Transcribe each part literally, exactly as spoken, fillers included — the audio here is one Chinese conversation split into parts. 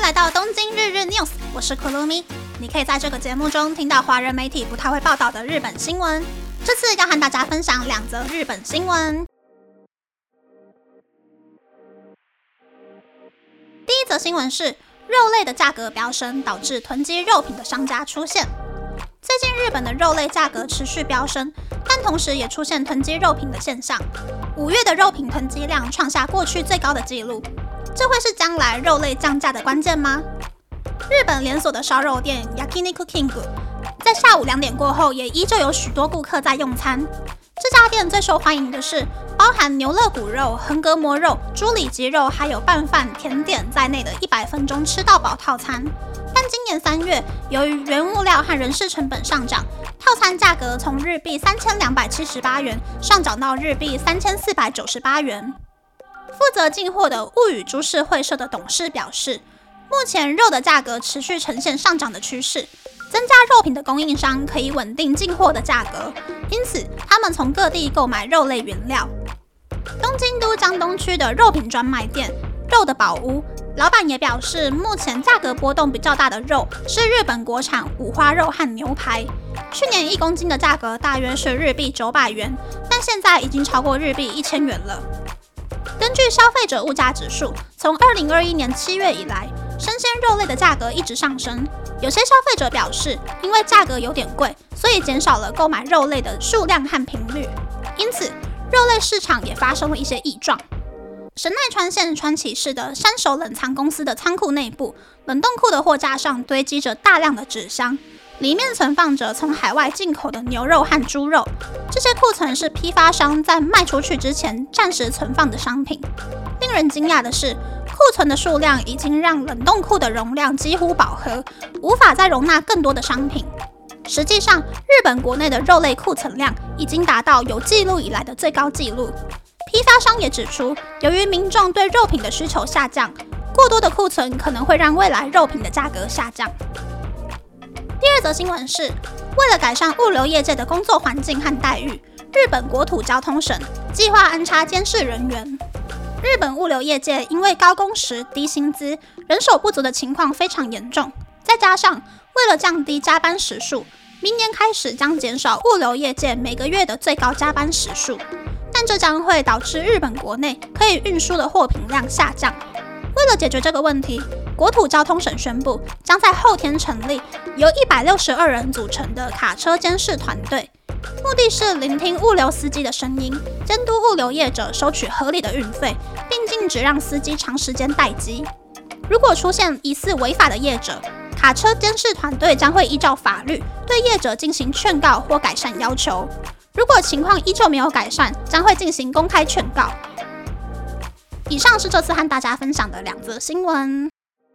来到东京日日 News， 我是 Kurumi。你可以在这个节目中听到华人媒体不太会报道的日本新闻。这次要和大家分享两则日本新闻。第一则新闻是肉类的价格飙升，导致囤积肉品的商家出现。最近日本的肉类价格持续飙升，但同时也出现囤积肉品的现象。五月的肉品囤积量创下过去最高的纪录，这会是将来肉类降价的关键吗？日本连锁的烧肉店 Yakiniku King 在下午两点过后，也依旧有许多顾客在用餐。这家店最受欢迎的是包含牛肋骨肉、横膈膜肉、猪里脊肉，还有拌饭、甜点在内的一百分钟吃到饱套餐。但今年三月，由于原物料和人事成本上涨，套餐价格从日币三千两百七十八元上涨到日币三千四百九十八元。负责进货的物语株式会社的董事表示，目前肉的价格持续呈现上涨的趋势，增加肉品的供应商可以稳定进货的价格，因此他们从各地购买肉类原料。东京都江东区的肉品专卖店肉的宝屋老板也表示，目前价格波动比较大的肉是日本国产五花肉和牛排，去年一公斤的价格大约是日币九百元，但现在已经超过日币一千元了。根据消费者物价指数，从二零二一年七月以来，生鲜肉类的价格一直上升。有些消费者表示，因为价格有点贵，所以减少了购买肉类的数量和频率，因此肉类市场也发生了一些异状。神奈川县川崎市的山手冷藏公司的仓库内部，冷冻库的货架上堆积着大量的纸箱，里面存放着从海外进口的牛肉和猪肉。这些库存是批发商在卖出去之前暂时存放的商品。令人惊讶的是，库存的数量已经让冷冻库的容量几乎饱和，无法再容纳更多的商品。实际上，日本国内的肉类库存量已经达到有记录以来的最高纪录。批发商也指出，由于民众对肉品的需求下降，过多的库存可能会让未来肉品的价格下降。第二则新闻是，为了改善物流业界的工作环境和待遇，日本国土交通省计划安插监视人员。日本物流业界因为高工时、低薪资、人手不足的情况非常严重，再加上为了降低加班时数，明年开始将减少物流业界每个月的最高加班时数，但这将会导致日本国内可以运输的货品量下降。为了解决这个问题，国土交通省宣布将在后天成立由一百六十二人组成的卡车监视团队，目的是聆听物流司机的声音，监督物流业者收取合理的运费，并禁止让司机长时间待机。如果出现疑似违法的业者，卡车监视团队将会依照法律对业者进行劝告或改善要求。如果情况依旧没有改善，将会进行公开劝告。以上是这次和大家分享的两则新闻。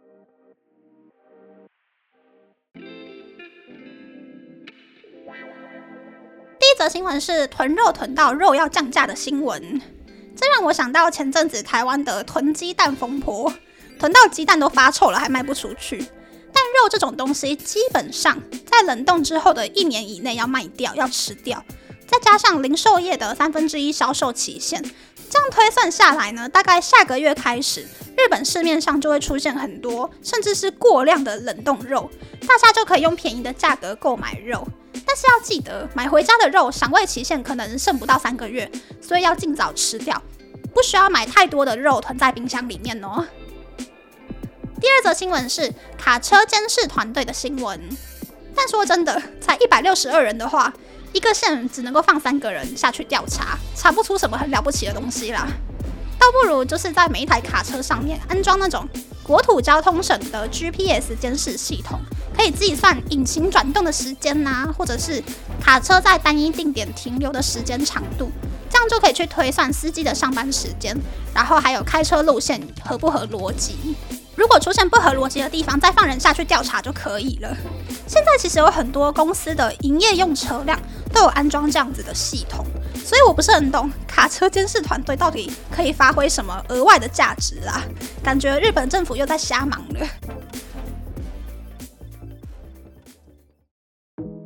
第一则新闻是囤肉囤到肉要降价的新闻，这让我想到前阵子台湾的囤鸡蛋风波，囤到鸡蛋都发臭了还卖不出去。但肉这种东西基本上在冷冻之后的一年以内要卖掉，要吃掉，再加上零售业的三分之一销售期限，这样推算下来呢，大概下个月开始，日本市面上就会出现很多甚至是过量的冷冻肉，大家就可以用便宜的价格购买肉。但是要记得，买回家的肉赏味期限可能剩不到三个月，所以要尽早吃掉，不需要买太多的肉囤在冰箱里面哦。第二则新闻是卡车监视团队的新闻，但说真的，才一百六十二人的话，一个县只能够放三个人下去调查，查不出什么很了不起的东西啦。倒不如就是在每一台卡车上面安装那种国土交通省的 G P S 监视系统，可以计算引擎转动的时间啊，或者是卡车在单一定点停留的时间长度，这样就可以去推算司机的上班时间，然后还有开车路线合不合逻辑。如果出现不合逻辑的地方，再放人下去调查就可以了。现在其实有很多公司的营业用车辆都有安装这样子的系统，所以我不是很懂卡车监视团队到底可以发挥什么额外的价值啦，感觉日本政府又在瞎忙了。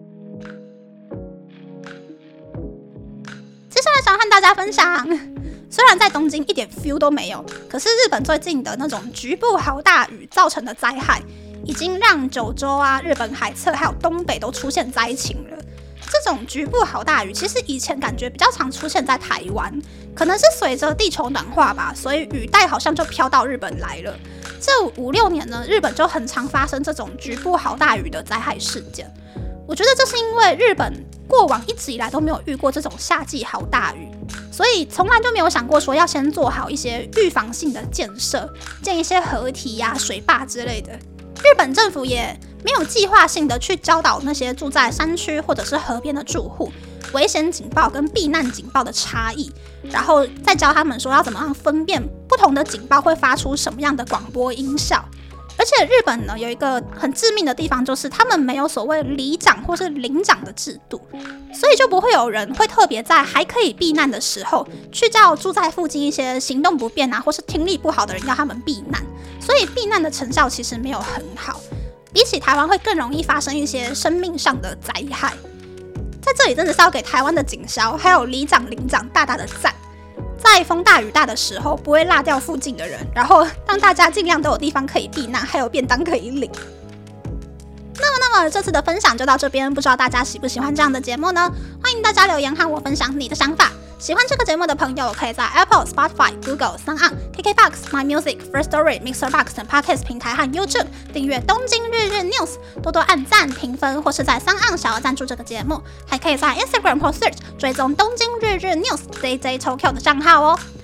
接下来想和大家分享， 虽然在东京一点 feel 都没有，可是日本最近的那种局部豪大雨造成的灾害，已经让九州啊、日本海侧还有东北都出现灾情了。这种局部豪大雨其实以前感觉比较常出现在台湾，可能是随着地球暖化吧，所以雨带好像就飘到日本来了。这五六年呢，日本就很常发生这种局部豪大雨的灾害事件。我觉得这是因为日本过往一直以来都没有遇过这种夏季豪大雨，所以从来就没有想过说要先做好一些预防性的建设，建一些河堤呀、啊、水坝之类的。日本政府也没有计划性的去教导那些住在山区或者是河边的住户危险警报跟避难警报的差异，然后再教他们说要怎么样分辨不同的警报会发出什么样的广播音效。而且日本呢有一个很致命的地方，就是他们没有所谓里长或是领长的制度，所以就不会有人会特别在还可以避难的时候去叫住在附近一些行动不便啊或是听力不好的人要他们避难，所以避难的成效其实没有很好，比起台湾会更容易发生一些生命上的灾害。在这里真的是要给台湾的警消还有里长领长大大的赞，在风大雨大的时候不会落掉附近的人，然后让大家尽量都有地方可以避难，还有便当可以领。那么那么这次的分享就到这边，不知道大家喜不喜欢这样的节目呢？欢迎大家留言和我分享你的想法。喜欢这个节目的朋友，可以在 Apple、Spotify、Google、SoundOn、K K B O X、My Music、First Story、Mixerbox 等 Podcast 平台和 YouTube 订阅东京日日 News， 多多按赞、评分，或是在SoundOn小额赞助这个节目。还可以在 Instagram 或 Search 追踪东京日日 News J J Tokyo 的账号哦。